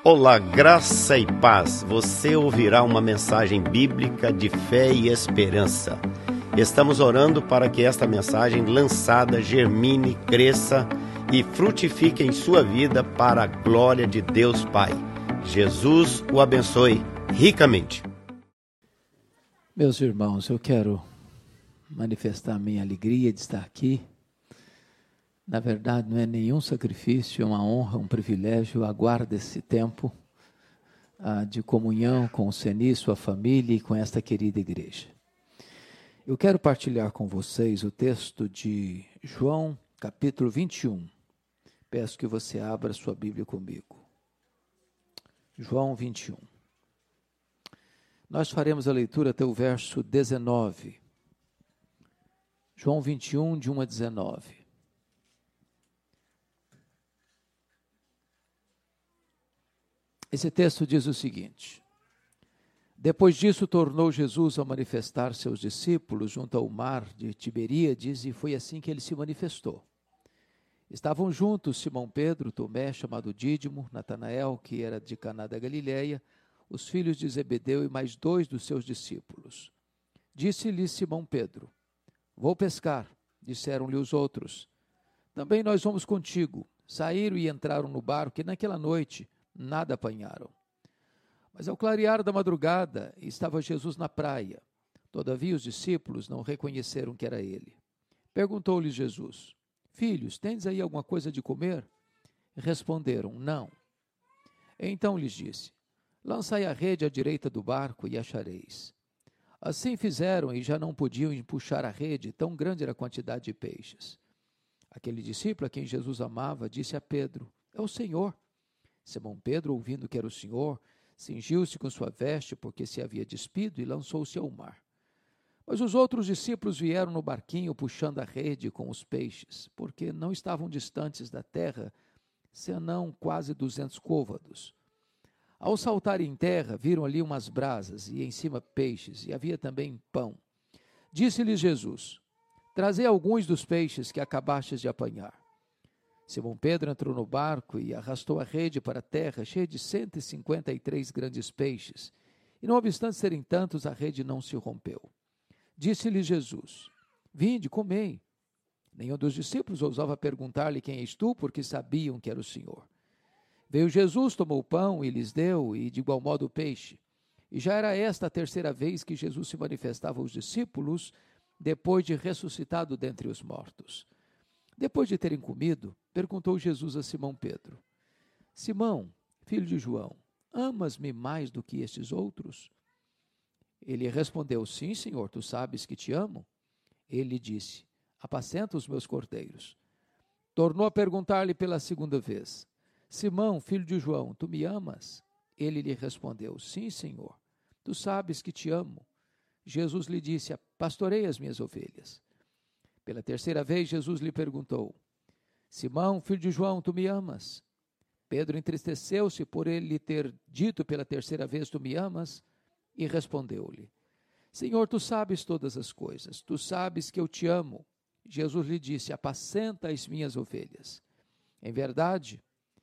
Olá, graça e paz. Você ouvirá uma mensagem bíblica de fé e esperança. Estamos orando para que esta mensagem lançada germine, cresça e frutifique em sua vida para a glória de Deus Pai. Jesus o abençoe ricamente. Meus irmãos, eu quero manifestar minha alegria de estar aqui. Na verdade, não é nenhum sacrifício, é uma honra, um privilégio. Eu aguardo esse tempo de comunhão com o Seni, sua família e com esta querida igreja. Eu quero partilhar com vocês o texto de João, capítulo 21. Peço que você abra sua Bíblia comigo. João 21. Nós faremos a leitura até o verso 19. João 21, de 1 a 19. Esse texto diz o seguinte: Depois disso, tornou Jesus a manifestar seus discípulos junto ao mar de Tiberíades, e foi assim que ele se manifestou. Estavam juntos Simão Pedro, Tomé, chamado Dídimo, Natanael, que era de Caná da Galileia, os filhos de Zebedeu e mais 2 dos seus discípulos. Disse-lhe Simão Pedro: Vou pescar. Disseram-lhe os outros: Também nós vamos contigo. Saíram e entraram no barco, e naquela noite nada apanharam. Mas ao clarear da madrugada, estava Jesus na praia. Todavia os discípulos não reconheceram que era ele. Perguntou-lhes Jesus: Filhos, tendes aí alguma coisa de comer? Responderam: Não. Então lhes disse: Lançai a rede à direita do barco e achareis. Assim fizeram e já não podiam empuxar a rede, tão grande era a quantidade de peixes. Aquele discípulo a quem Jesus amava disse a Pedro: É o Senhor. Simão Pedro, ouvindo que era o Senhor, cingiu-se com sua veste, porque se havia despido, e lançou-se ao mar. Mas os outros discípulos vieram no barquinho, puxando a rede com os peixes, porque não estavam distantes da terra, senão quase 200 côvados. Ao saltarem em terra, viram ali umas brasas, e em cima peixes, e havia também pão. Disse-lhes Jesus: Trazei alguns dos peixes que acabastes de apanhar. Simão Pedro entrou no barco e arrastou a rede para a terra, cheia de 153 grandes peixes. E não obstante serem tantos, a rede não se rompeu. Disse-lhe Jesus: Vinde, comei. Nenhum dos discípulos ousava perguntar-lhe: Quem és tu? Porque sabiam que era o Senhor. Veio Jesus, tomou o pão e lhes deu, e de igual modo o peixe. E já era esta a terceira vez que Jesus se manifestava aos discípulos, depois de ressuscitado dentre os mortos. Depois de terem comido, perguntou Jesus a Simão Pedro: Simão, filho de João, amas-me mais do que estes outros? Ele respondeu: Sim, Senhor, tu sabes que te amo. Ele disse: Apacenta os meus cordeiros. Tornou a perguntar-lhe pela segunda vez: Simão, filho de João, tu me amas? Ele lhe respondeu: Sim, Senhor, tu sabes que te amo. Jesus lhe disse: Pastorei as minhas ovelhas. Pela terceira vez, Jesus lhe perguntou: Simão, filho de João, tu me amas? Pedro entristeceu-se por ele lhe ter dito pela terceira vez: Tu me amas? E respondeu-lhe: Senhor, tu sabes todas as coisas, tu sabes que eu te amo. Jesus lhe disse: Apacenta as minhas ovelhas. Em verdade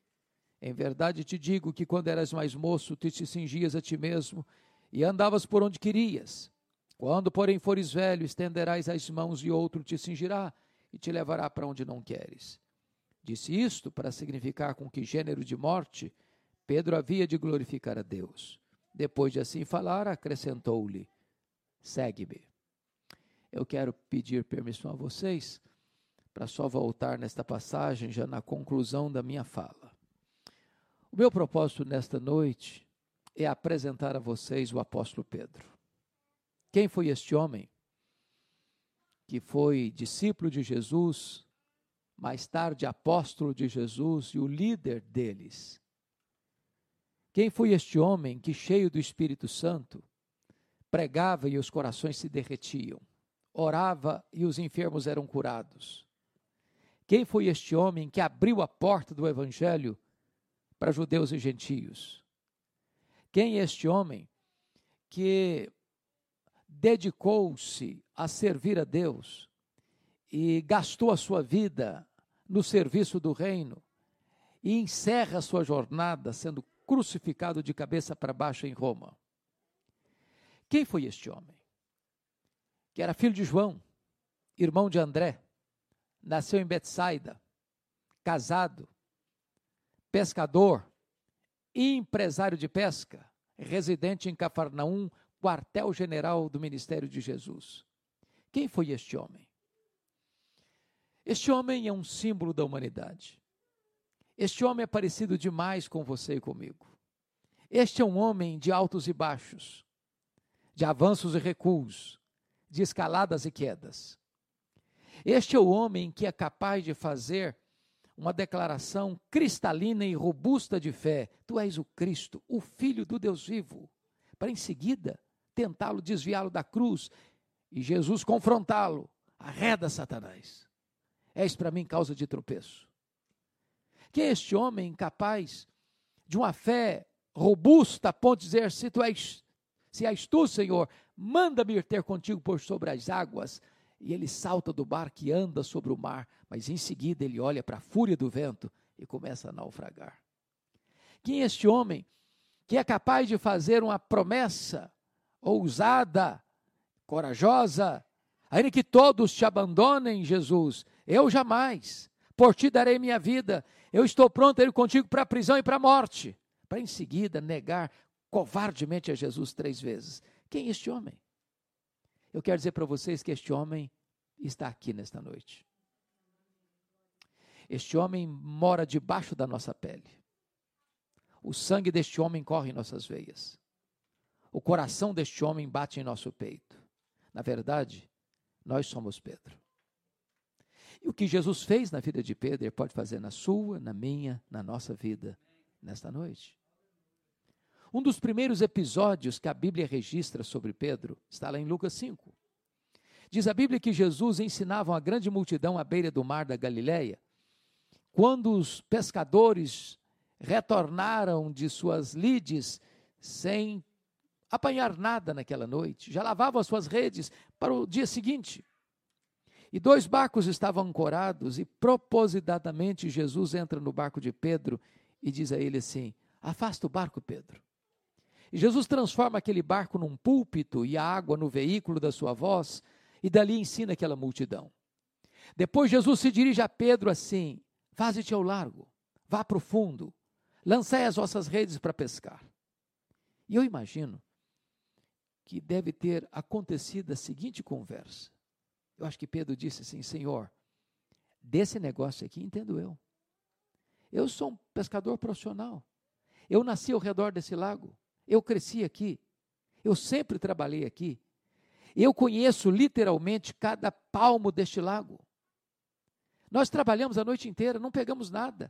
te digo que quando eras mais moço, tu te cingias a ti mesmo e andavas por onde querias. Quando, porém, fores velho, estenderás as mãos e outro te cingirá e te levará para onde não queres. Disse isto para significar com que gênero de morte Pedro havia de glorificar a Deus. Depois de assim falar, acrescentou-lhe: Segue-me. Eu quero pedir permissão a vocês para só voltar nesta passagem já na conclusão da minha fala. O meu propósito nesta noite é apresentar a vocês o apóstolo Pedro. Quem foi este homem que foi discípulo de Jesus, mais tarde apóstolo de Jesus e o líder deles? Quem foi este homem que, cheio do Espírito Santo, pregava e os corações se derretiam, orava e os enfermos eram curados? Quem foi este homem que abriu a porta do Evangelho para judeus e gentios? Quem é este homem que dedicou-se a servir a Deus e gastou a sua vida no serviço do reino e encerra a sua jornada sendo crucificado de cabeça para baixo em Roma. Quem foi este homem? Que era filho de João, irmão de André, nasceu em Betsaida, casado, pescador, empresário de pesca, residente em Cafarnaum, quartel-general do ministério de Jesus. Quem foi este homem? Este homem é um símbolo da humanidade. Este homem é parecido demais com você e comigo. Este é um homem de altos e baixos, de avanços e recuos, de escaladas e quedas. Este é o homem que é capaz de fazer uma declaração cristalina e robusta de fé: tu és o Cristo, o Filho do Deus vivo, para em seguida tentá-lo desviá-lo da cruz e Jesus confrontá-lo: arreda Satanás, és para mim causa de tropeço. Quem é este homem capaz de uma fé robusta a ponto de dizer: se és tu, Senhor, manda-me ir ter contigo por sobre as águas. E ele salta do barco e anda sobre o mar, mas em seguida ele olha para a fúria do vento e começa a naufragar. Quem é este homem que é capaz de fazer uma promessa ousada, corajosa, ainda que todos te abandonem, Jesus, eu jamais, por ti darei minha vida, eu estou pronto a ir contigo para a prisão e para a morte, para em seguida negar covardemente a Jesus 3 vezes. Quem é este homem? Eu quero dizer para vocês que este homem está aqui nesta noite. Este homem mora debaixo da nossa pele. O sangue deste homem corre em nossas veias. O coração deste homem bate em nosso peito. Na verdade, nós somos Pedro. E o que Jesus fez na vida de Pedro, ele pode fazer na sua, na minha, na nossa vida, nesta noite. Um dos primeiros episódios que a Bíblia registra sobre Pedro está lá em Lucas 5. Diz a Bíblia que Jesus ensinava uma grande multidão à beira do mar da Galileia. Quando os pescadores retornaram de suas lides sem apanhar nada naquela noite, já lavavam as suas redes para o dia seguinte. E 2 barcos estavam ancorados e propositadamente Jesus entra no barco de Pedro e diz a ele assim: afasta o barco, Pedro. E Jesus transforma aquele barco num púlpito e a água no veículo da sua voz, e dali ensina aquela multidão. Depois Jesus se dirige a Pedro assim: faze-te ao largo, vá para o fundo, lançai as vossas redes para pescar. E eu imagino que deve ter acontecido a seguinte conversa. Eu acho que Pedro disse assim: Senhor, desse negócio aqui entendo eu. Eu sou um pescador profissional. Eu nasci ao redor desse lago. Eu cresci aqui, eu sempre trabalhei aqui, eu conheço literalmente cada palmo deste lago. Nós trabalhamos a noite inteira, não pegamos nada.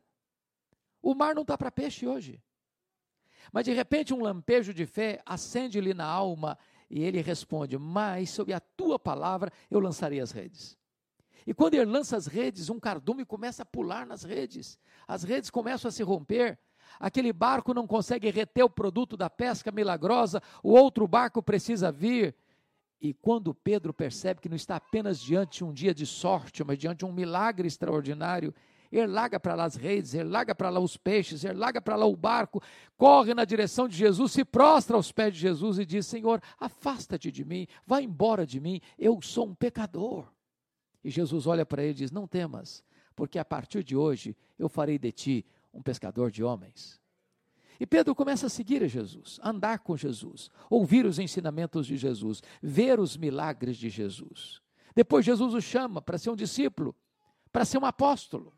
O mar não está para peixe hoje. Mas de repente um lampejo de fé acende-lhe na alma e ele responde: mas sob a tua palavra eu lançarei as redes. E quando ele lança as redes, um cardume começa a pular nas redes, as redes começam a se romper. Aquele barco não consegue reter o produto da pesca milagrosa, o outro barco precisa vir. E quando Pedro percebe que não está apenas diante de um dia de sorte, mas diante de um milagre extraordinário, ele larga para lá as redes, ele larga para lá os peixes, ele larga para lá o barco, corre na direção de Jesus, se prostra aos pés de Jesus e diz: Senhor, afasta-te de mim, vai embora de mim, eu sou um pecador. E Jesus olha para ele e diz: não temas, porque a partir de hoje eu farei de ti um pescador de homens. E Pedro começa a seguir a Jesus, a andar com Jesus, ouvir os ensinamentos de Jesus, ver os milagres de Jesus. Depois Jesus o chama para ser um discípulo, para ser um apóstolo.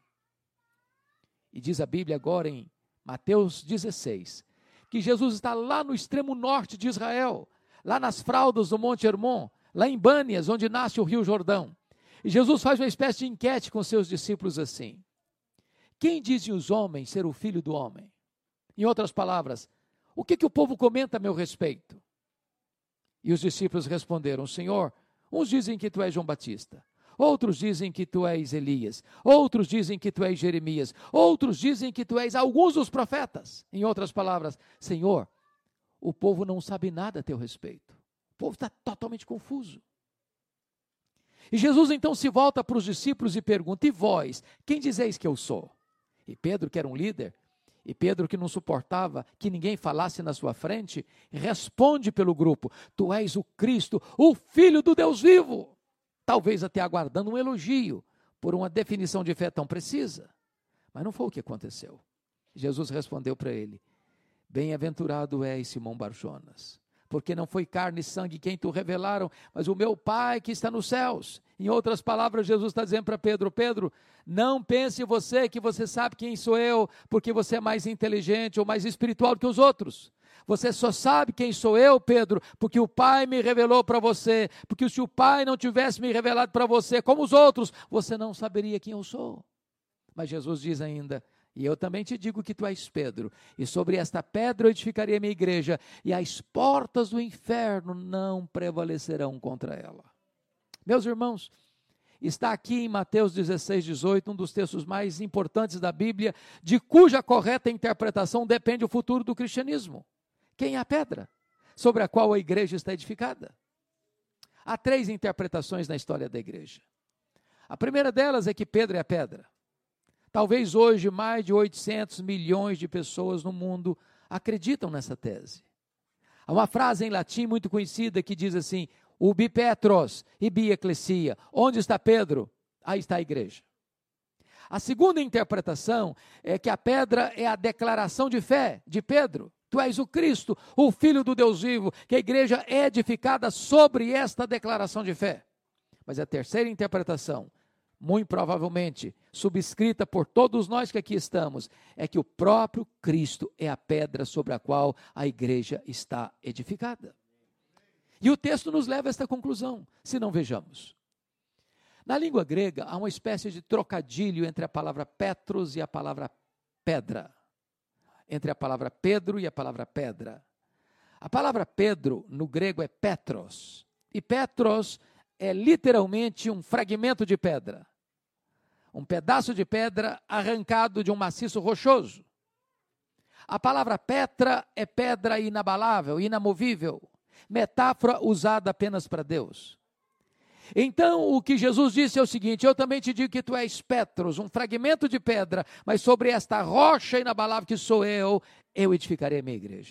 E diz a Bíblia agora em Mateus 16, que Jesus está lá no extremo norte de Israel, lá nas fraldas do Monte Hermon, lá em Bânias, onde nasce o Rio Jordão. E Jesus faz uma espécie de enquete com seus discípulos assim: quem dizem os homens ser o filho do homem? Em outras palavras, o que o povo comenta a meu respeito? E os discípulos responderam: Senhor, uns dizem que tu és João Batista, outros dizem que tu és Elias, outros dizem que tu és Jeremias, outros dizem que tu és alguns dos profetas. Em outras palavras, Senhor, o povo não sabe nada a teu respeito. O povo está totalmente confuso. E Jesus então se volta para os discípulos e pergunta: e vós, quem dizeis que eu sou? E Pedro, que era um líder, E Pedro, que não suportava que ninguém falasse na sua frente, responde pelo grupo: tu és o Cristo, o Filho do Deus vivo. Talvez até aguardando um elogio por uma definição de fé tão precisa. Mas não foi o que aconteceu. Jesus respondeu para ele: bem-aventurado és, Simão Barjonas, porque não foi carne e sangue quem tu revelaram, mas o meu Pai que está nos céus. Em outras palavras, Jesus está dizendo para Pedro: Pedro, não pense você que você sabe quem sou eu, porque você é mais inteligente ou mais espiritual do que os outros. Você só sabe quem sou eu, Pedro, porque o Pai me revelou para você, porque se o Pai não tivesse me revelado para você, como os outros, você não saberia quem eu sou. Mas Jesus diz ainda: e eu também te digo que tu és Pedro, e sobre esta pedra eu edificarei a minha igreja, e as portas do inferno não prevalecerão contra ela. Meus irmãos, está aqui em Mateus 16, 18, um dos textos mais importantes da Bíblia, de cuja correta interpretação depende o futuro do cristianismo. Quem é a pedra sobre a qual a igreja está edificada? Há 3 interpretações na história da igreja. A primeira delas é que Pedro é a pedra. Talvez hoje mais de 800 milhões de pessoas no mundo acreditam nessa tese. Há uma frase em latim muito conhecida que diz assim: ubi Petros, ibi ecclesia. Onde está Pedro? Aí está a igreja. A segunda interpretação é que a pedra é a declaração de fé de Pedro. Tu és o Cristo, o Filho do Deus vivo, que a igreja é edificada sobre esta declaração de fé. Mas a terceira interpretação, muito provavelmente subscrita por todos nós que aqui estamos, é que o próprio Cristo é a pedra sobre a qual a igreja está edificada. E o texto nos leva a esta conclusão, se não vejamos. Na língua grega, há uma espécie de trocadilho entre a palavra Petros e a palavra pedra. Entre a palavra Pedro e a palavra pedra. A palavra Pedro, no grego, é Petros. E Petros é literalmente um fragmento de pedra. Um pedaço de pedra arrancado de um maciço rochoso. A palavra Petra é pedra inabalável, inamovível. Metáfora usada apenas para Deus. Então, o que Jesus disse é o seguinte: eu também te digo que tu és Petros, um fragmento de pedra, mas sobre esta rocha inabalável que sou eu edificarei a minha igreja.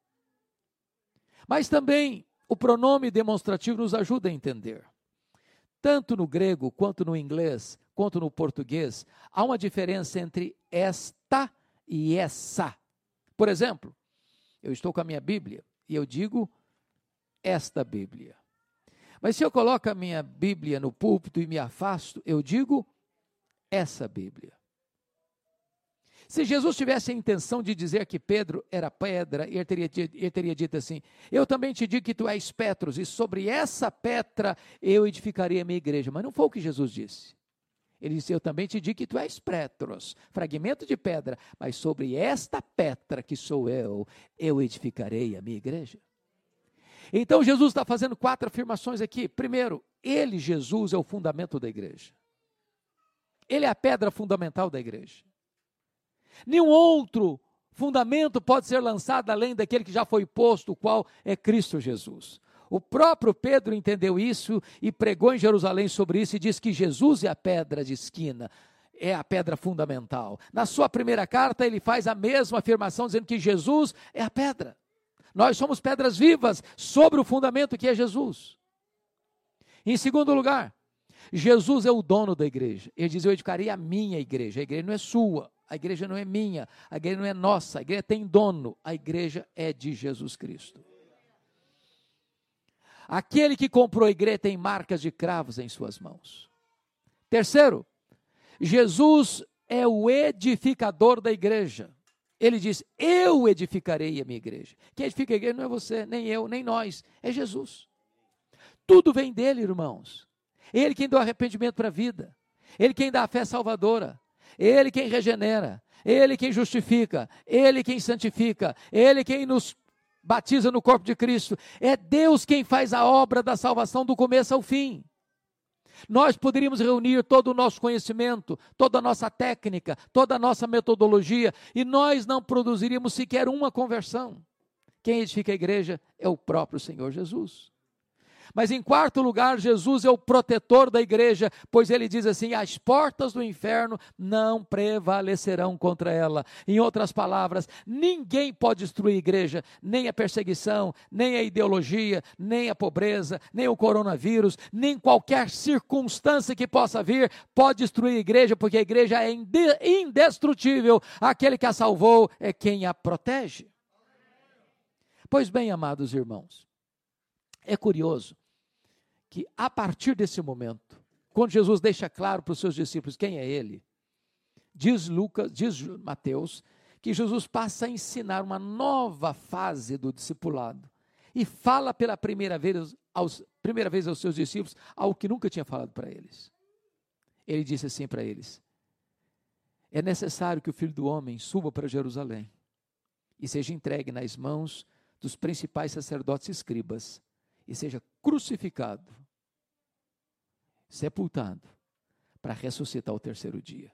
Mas também o pronome demonstrativo nos ajuda a entender. Tanto no grego, quanto no inglês, quanto no português, há uma diferença entre esta e essa. Por exemplo, eu estou com a minha Bíblia e eu digo esta Bíblia. Mas se eu coloco a minha Bíblia no púlpito e me afasto, eu digo essa Bíblia. Se Jesus tivesse a intenção de dizer que Pedro era pedra, ele teria dito assim: eu também te digo que tu és Petros, e sobre essa pedra eu edificarei a minha igreja. Mas não foi o que Jesus disse. Ele disse: eu também te digo que tu és Petros, fragmento de pedra, mas sobre esta pedra que sou eu edificarei a minha igreja. Então Jesus está fazendo 4 afirmações aqui. Primeiro, ele, Jesus, é o fundamento da igreja. Ele é a pedra fundamental da igreja. Nenhum outro fundamento pode ser lançado além daquele que já foi posto, o qual é Cristo Jesus. O próprio Pedro entendeu isso e pregou em Jerusalém sobre isso e diz que Jesus é a pedra de esquina, é a pedra fundamental. Na sua primeira carta ele faz a mesma afirmação dizendo que Jesus é a pedra. Nós somos pedras vivas sobre o fundamento que é Jesus. Em segundo lugar, Jesus é o dono da igreja. Ele diz: eu edificarei a minha igreja. A igreja não é sua, a igreja não é minha, a igreja não é nossa, a igreja tem dono, a igreja é de Jesus Cristo. Aquele que comprou a igreja tem marcas de cravos em suas mãos. Terceiro, Jesus é o edificador da igreja. Ele diz: eu edificarei a minha igreja. Quem edifica a igreja não é você, nem eu, nem nós, é Jesus. Tudo vem dele, irmãos. Ele quem dá o arrependimento para a vida. Ele quem dá a fé salvadora. Ele quem regenera. Ele quem justifica. Ele quem santifica. Ele quem nos batiza no corpo de Cristo. É Deus quem faz a obra da salvação do começo ao fim. Nós poderíamos reunir todo o nosso conhecimento, toda a nossa técnica, toda a nossa metodologia, e nós não produziríamos sequer uma conversão. Quem edifica a igreja é o próprio Senhor Jesus. Mas em quarto lugar, Jesus é o protetor da igreja, pois ele diz assim: as portas do inferno não prevalecerão contra ela. Em outras palavras, ninguém pode destruir a igreja, nem a perseguição, nem a ideologia, nem a pobreza, nem o coronavírus, nem qualquer circunstância que possa vir pode destruir a igreja, porque a igreja é indestrutível. Aquele que a salvou é quem a protege. Pois bem, amados irmãos, é curioso que a partir desse momento, quando Jesus deixa claro para os seus discípulos quem é ele, diz Mateus, que Jesus passa a ensinar uma nova fase do discipulado e fala pela primeira vez aos seus discípulos algo que nunca tinha falado para eles. Ele disse assim para eles: é necessário que o Filho do Homem suba para Jerusalém e seja entregue nas mãos dos principais sacerdotes e escribas, e seja crucificado, sepultado, para ressuscitar ao terceiro dia.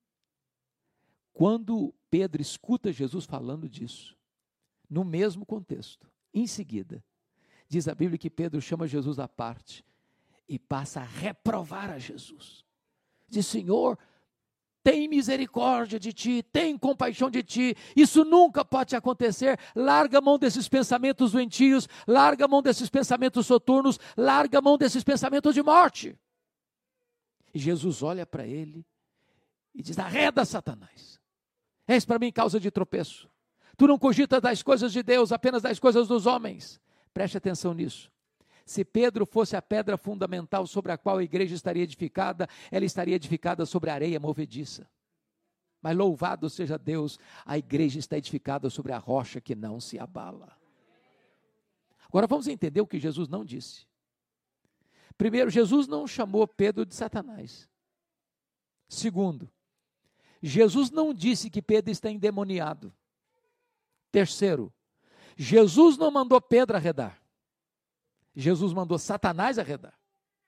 Quando Pedro escuta Jesus falando disso, no mesmo contexto, em seguida, diz a Bíblia que Pedro chama Jesus à parte e passa a reprovar a Jesus. Diz: Senhor, tem misericórdia de ti, tem compaixão de ti, isso nunca pode acontecer. Larga a mão desses pensamentos doentios, larga a mão desses pensamentos soturnos, larga a mão desses pensamentos de morte. E Jesus olha para ele e diz: arreda, Satanás, és para mim causa de tropeço, tu não cogitas das coisas de Deus, apenas das coisas dos homens. Preste atenção nisso. Se Pedro fosse a pedra fundamental sobre a qual a igreja estaria edificada, ela estaria edificada sobre areia movediça. Mas louvado seja Deus, a igreja está edificada sobre a rocha que não se abala. Agora vamos entender o que Jesus não disse. Primeiro, Jesus não chamou Pedro de Satanás. Segundo, Jesus não disse que Pedro está endemoniado. Terceiro, Jesus não mandou Pedro arredar. Jesus mandou Satanás arredar.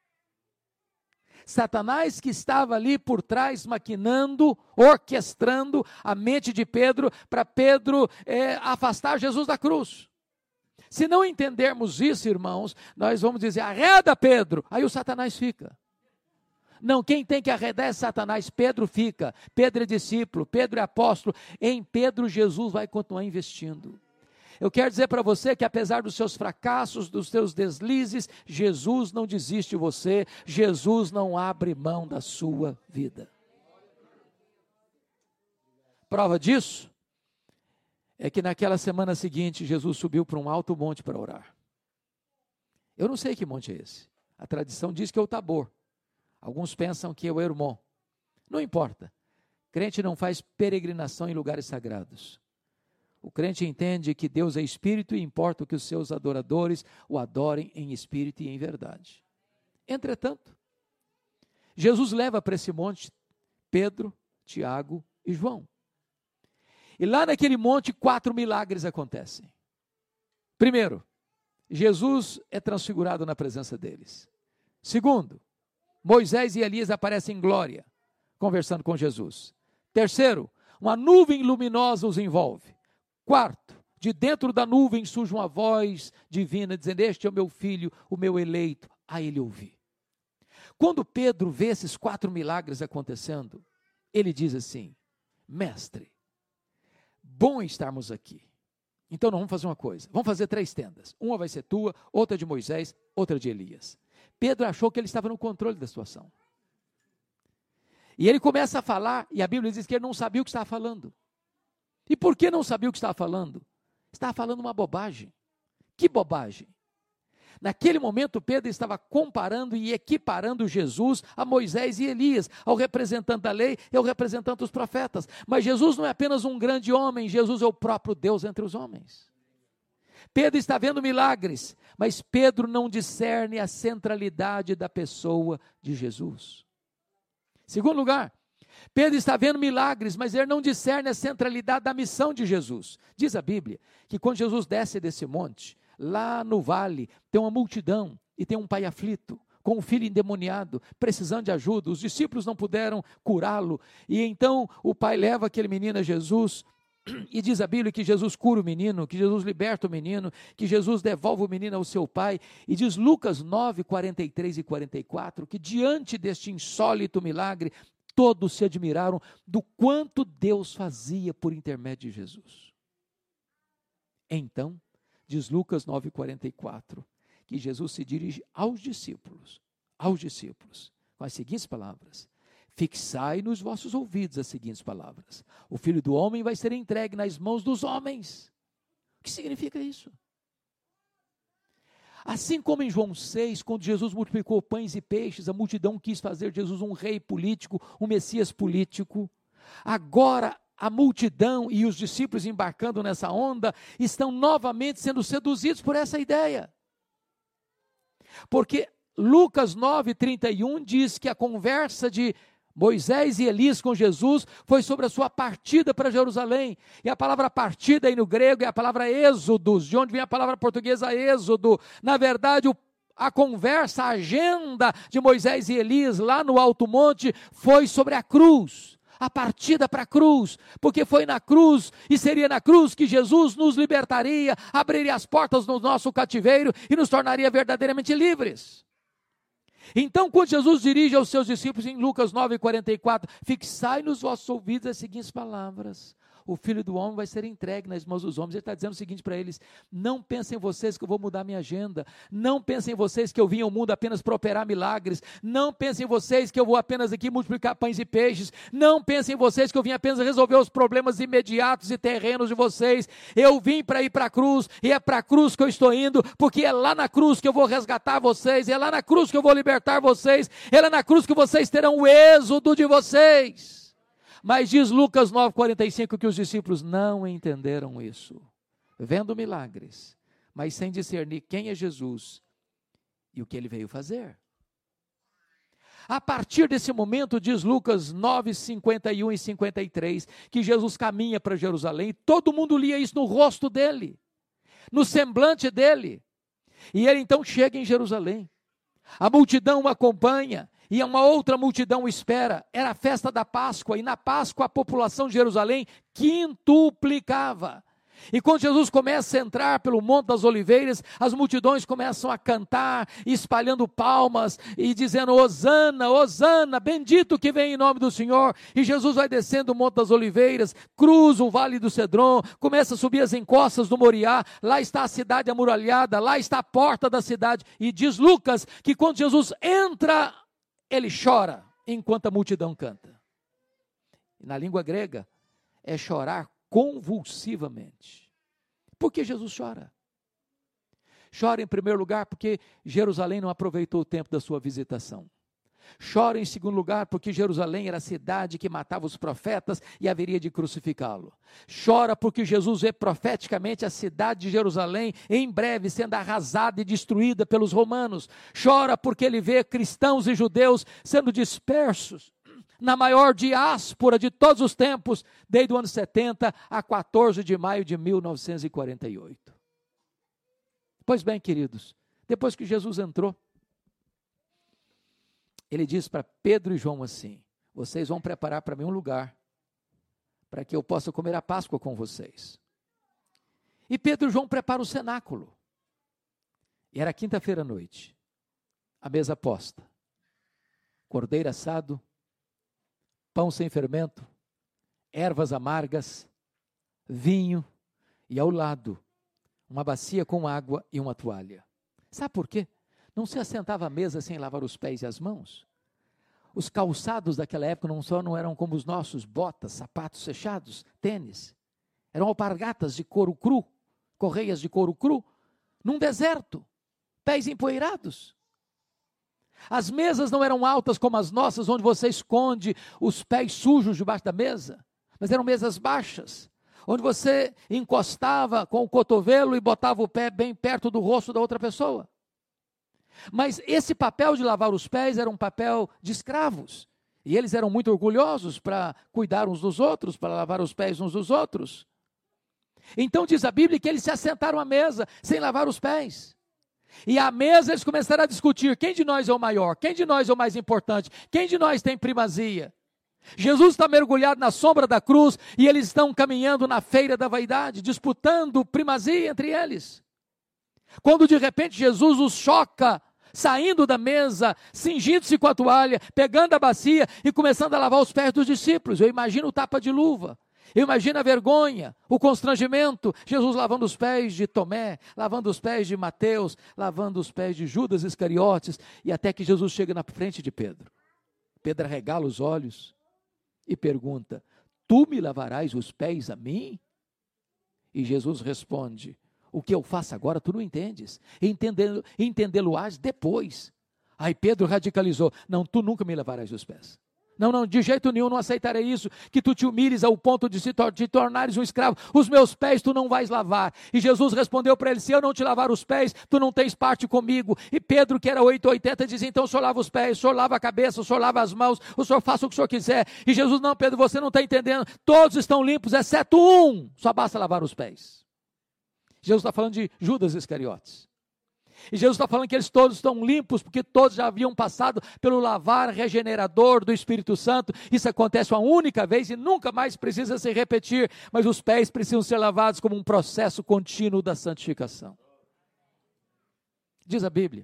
Satanás que estava ali por trás, maquinando, orquestrando a mente de Pedro, para Pedro afastar Jesus da cruz. Se não entendermos isso, irmãos, nós vamos dizer: arreda, Pedro, aí o Satanás fica. Não, quem tem que arredar é Satanás. Pedro fica, Pedro é discípulo, Pedro é apóstolo, em Pedro Jesus vai continuar investindo. Eu quero dizer para você que apesar dos seus fracassos, dos seus deslizes, Jesus não desiste de você, Jesus não abre mão da sua vida. Prova disso é que naquela semana seguinte, Jesus subiu para um alto monte para orar. Eu não sei que monte é esse. A tradição diz que é o Tabor. Alguns pensam que é o Hermon. Não importa. Crente não faz peregrinação em lugares sagrados. O crente entende que Deus é espírito e importa que os seus adoradores o adorem em espírito e em verdade. Entretanto, Jesus leva para esse monte Pedro, Tiago e João. E lá naquele monte 4 milagres acontecem. Primeiro, Jesus é transfigurado na presença deles. Segundo, Moisés e Elias aparecem em glória, conversando com Jesus. Terceiro, uma nuvem luminosa os envolve. Quarto, de dentro da nuvem surge uma voz divina dizendo: este é o meu filho, o meu eleito, a ele ouvi. Quando Pedro vê esses 4 milagres acontecendo, ele diz assim: mestre, bom estarmos aqui. Então nós vamos fazer uma coisa, vamos fazer 3 tendas. Uma vai ser tua, outra de Moisés, outra de Elias. Pedro achou que ele estava no controle da situação. E ele começa a falar, e a Bíblia diz que ele não sabia o que estava falando. E por que não sabia o que estava falando? Estava falando uma bobagem. Que bobagem? Naquele momento, Pedro estava comparando e equiparando Jesus a Moisés e Elias, ao representante da lei e ao representante dos profetas. Mas Jesus não é apenas um grande homem, Jesus é o próprio Deus entre os homens. Pedro está vendo milagres, mas Pedro não discerne a centralidade da pessoa de Jesus. Segundo lugar, Pedro está vendo milagres, mas ele não discerne a centralidade da missão de Jesus. Diz a Bíblia que quando Jesus desce desse monte, lá no vale, tem uma multidão e tem um pai aflito, com um filho endemoniado, precisando de ajuda. Os discípulos não puderam curá-lo, e então o pai leva aquele menino a Jesus E diz a Bíblia que Jesus cura o menino, que Jesus liberta o menino, que Jesus devolve o menino ao seu pai. E diz Lucas 9, 43 e 44, que diante deste insólito milagre, todos se admiraram do quanto Deus fazia por intermédio de Jesus. Então, diz Lucas 9, 44, que Jesus se dirige aos discípulos, com as seguintes palavras: fixai nos vossos ouvidos as seguintes palavras: o Filho do Homem vai ser entregue nas mãos dos homens. O que significa isso? Assim como em João 6, quando Jesus multiplicou pães e peixes, a multidão quis fazer Jesus um rei político, um Messias político. Agora a multidão e os discípulos embarcando nessa onda estão novamente sendo seduzidos por essa ideia. Porque Lucas 9, 31 diz que a conversa de Moisés e Elias com Jesus foi sobre a sua partida para Jerusalém. E a palavra partida aí no grego é a palavra êxodos, de onde vem a palavra portuguesa êxodo. Na verdade, a conversa, a agenda de Moisés e Elias lá no Alto Monte foi sobre a cruz. A partida para a cruz, porque foi na cruz e seria na cruz que Jesus nos libertaria, abriria as portas do nosso cativeiro e nos tornaria verdadeiramente livres. Então, quando Jesus dirige aos seus discípulos em Lucas 9, 44, fixai nos vossos ouvidos as seguintes palavras: o Filho do Homem vai ser entregue nas mãos dos homens. Ele está dizendo o seguinte para eles: não pensem vocês que eu vou mudar minha agenda, não pensem vocês que eu vim ao mundo apenas para operar milagres, não pensem vocês que eu vou apenas aqui multiplicar pães e peixes, não pensem vocês que eu vim apenas resolver os problemas imediatos e terrenos de vocês. Eu vim para ir para a cruz, e é para a cruz que eu estou indo, porque é lá na cruz que eu vou resgatar vocês, é lá na cruz que eu vou libertar vocês, é lá na cruz que vocês terão o êxodo de vocês. Mas diz Lucas 9,45 que os discípulos não entenderam isso, vendo milagres, mas sem discernir quem é Jesus e o que ele veio fazer. A partir desse momento, diz Lucas 9, 51 e 53, que Jesus caminha para Jerusalém, todo mundo lia isso no rosto dele, no semblante dele, e ele então chega em Jerusalém, a multidão o acompanha, e uma outra multidão espera. Era a festa da Páscoa, e na Páscoa a população de Jerusalém quintuplicava. E quando Jesus começa a entrar pelo Monte das Oliveiras, as multidões começam a cantar, espalhando palmas e dizendo: Hosana, Hosana, bendito que vem em nome do Senhor. E Jesus vai descendo o Monte das Oliveiras, cruza o Vale do Cedron, começa a subir as encostas do Moriá, lá está a cidade amuralhada, lá está a porta da cidade. E diz Lucas que quando Jesus entra, ele chora enquanto a multidão canta. Na língua grega, é chorar convulsivamente. Por que Jesus chora? Chora em primeiro lugar porque Jerusalém não aproveitou o tempo da sua visitação. Chora em segundo lugar porque Jerusalém era a cidade que matava os profetas e haveria de crucificá-lo. Chora porque Jesus vê profeticamente a cidade de Jerusalém em breve sendo arrasada e destruída pelos romanos. Chora porque ele vê cristãos e judeus sendo dispersos na maior diáspora de todos os tempos, desde o ano 70 a 14 de maio de 1948. Pois bem, queridos, depois que Jesus entrou, ele diz para Pedro e João assim: vocês vão preparar para mim um lugar, para que eu possa comer a Páscoa com vocês. E Pedro e João preparam o cenáculo. E era quinta-feira à noite, a mesa posta, cordeiro assado, pão sem fermento, ervas amargas, vinho e ao lado uma bacia com água e uma toalha. Sabe por quê? Não se assentava à mesa sem lavar os pés e as mãos. Os calçados daquela época não eram como os nossos, botas, sapatos fechados, tênis. Eram alpargatas de couro cru, correias de couro cru, num deserto, pés empoeirados. As mesas não eram altas como as nossas, onde você esconde os pés sujos debaixo da mesa, mas eram mesas baixas, onde você encostava com o cotovelo e botava o pé bem perto do rosto da outra pessoa. Mas esse papel de lavar os pés era um papel de escravos, e eles eram muito orgulhosos para cuidar uns dos outros, para lavar os pés uns dos outros. Então diz a Bíblia que eles se assentaram à mesa sem lavar os pés. E à mesa eles começaram a discutir: quem de nós é o maior? Quem de nós é o mais importante? Quem de nós tem primazia? Jesus está mergulhado na sombra da cruz e eles estão caminhando na feira da vaidade, disputando primazia entre eles. Quando de repente Jesus os choca, saindo da mesa, cingindo-se com a toalha, pegando a bacia e começando a lavar os pés dos discípulos. Eu imagino o tapa de luva, eu imagino a vergonha, o constrangimento, Jesus lavando os pés de Tomé, lavando os pés de Mateus, lavando os pés de Judas Iscariotes, e até que Jesus chega na frente de Pedro. Pedro arregala os olhos e pergunta: tu me lavarás os pés a mim? E Jesus responde: o que eu faço agora tu não entendes, entendê-lo-ás depois. Aí Pedro radicalizou: não, tu nunca me lavarás os pés. Não, de jeito nenhum, não aceitarei isso, que tu te humilhes ao ponto de te tornares um escravo. Os meus pés tu não vais lavar. E Jesus respondeu para ele: se eu não te lavar os pés, tu não tens parte comigo. E Pedro, que era 880, dizia: então o senhor lava os pés, o senhor lava a cabeça, o senhor lava as mãos, o senhor faça o que o senhor quiser. E Jesus: não, Pedro, você não está entendendo, todos estão limpos, exceto um, só basta lavar os pés. Jesus está falando de Judas Iscariotes. E Jesus está falando que eles todos estão limpos, porque todos já haviam passado pelo lavar regenerador do Espírito Santo. Isso acontece uma única vez e nunca mais precisa se repetir, mas os pés precisam ser lavados como um processo contínuo da santificação. Diz a Bíblia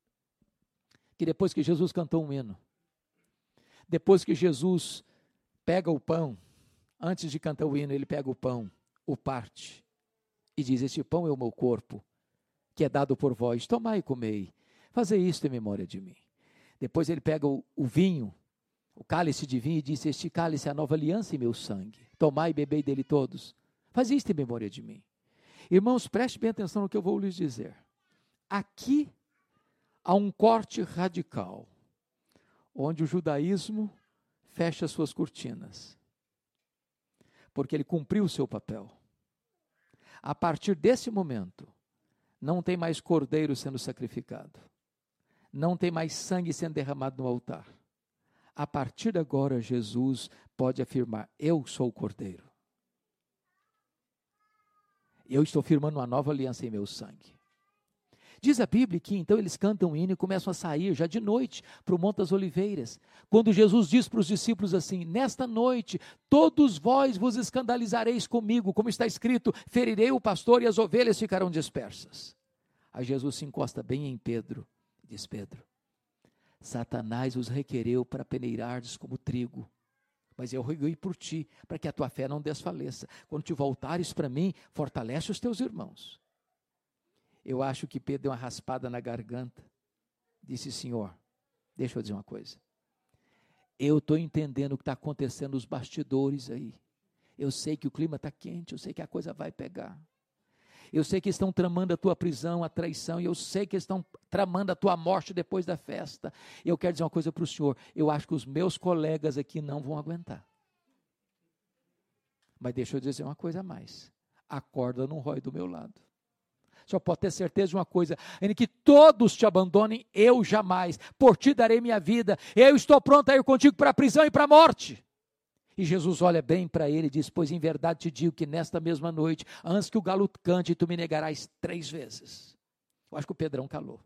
que depois que Jesus cantou um hino, depois que Jesus pega o pão, antes de cantar o hino, ele pega o pão, o parte, e diz: este pão é o meu corpo, que é dado por vós, tomai e comei, fazei isto em memória de mim. Depois ele pega o vinho, o cálice de vinho, e diz: este cálice é a nova aliança em meu sangue, tomai e bebei dele todos, fazei isto em memória de mim. Irmãos, preste bem atenção no que eu vou lhes dizer. Aqui há um corte radical, onde o judaísmo fecha suas cortinas, porque ele cumpriu o seu papel. A partir desse momento, não tem mais cordeiro sendo sacrificado. Não tem mais sangue sendo derramado no altar. A partir de agora, Jesus pode afirmar: eu sou o cordeiro. Eu estou firmando uma nova aliança em meu sangue. Diz a Bíblia que então eles cantam um hino e começam a sair já de noite para o Monte das Oliveiras. Quando Jesus diz para os discípulos assim: nesta noite todos vós vos escandalizareis comigo, como está escrito: ferirei o pastor e as ovelhas ficarão dispersas. Aí Jesus se encosta bem em Pedro e diz: Pedro, Satanás os requereu para peneirardes como trigo, mas eu roguei por ti, para que a tua fé não desfaleça. Quando te voltares para mim, fortalece os teus irmãos. Eu acho que Pedro deu uma raspada na garganta, disse: Senhor, deixa eu dizer uma coisa, eu estou entendendo o que está acontecendo nos bastidores aí, eu sei que o clima está quente, eu sei que a coisa vai pegar, eu sei que estão tramando a tua prisão, a traição, e eu sei que estão tramando a tua morte depois da festa. E eu quero dizer uma coisa para o senhor: eu acho que os meus colegas aqui não vão aguentar. Mas deixa eu dizer uma coisa a mais: a corda não rói do meu lado. Só pode ter certeza de uma coisa: em que todos te abandonem, eu jamais. Por ti darei minha vida. Eu estou pronto a ir contigo para a prisão e para a morte. E Jesus olha bem para ele e diz: pois em verdade te digo que nesta mesma noite, antes que o galo cante, tu me negarás 3 vezes. Eu acho que o Pedrão calou.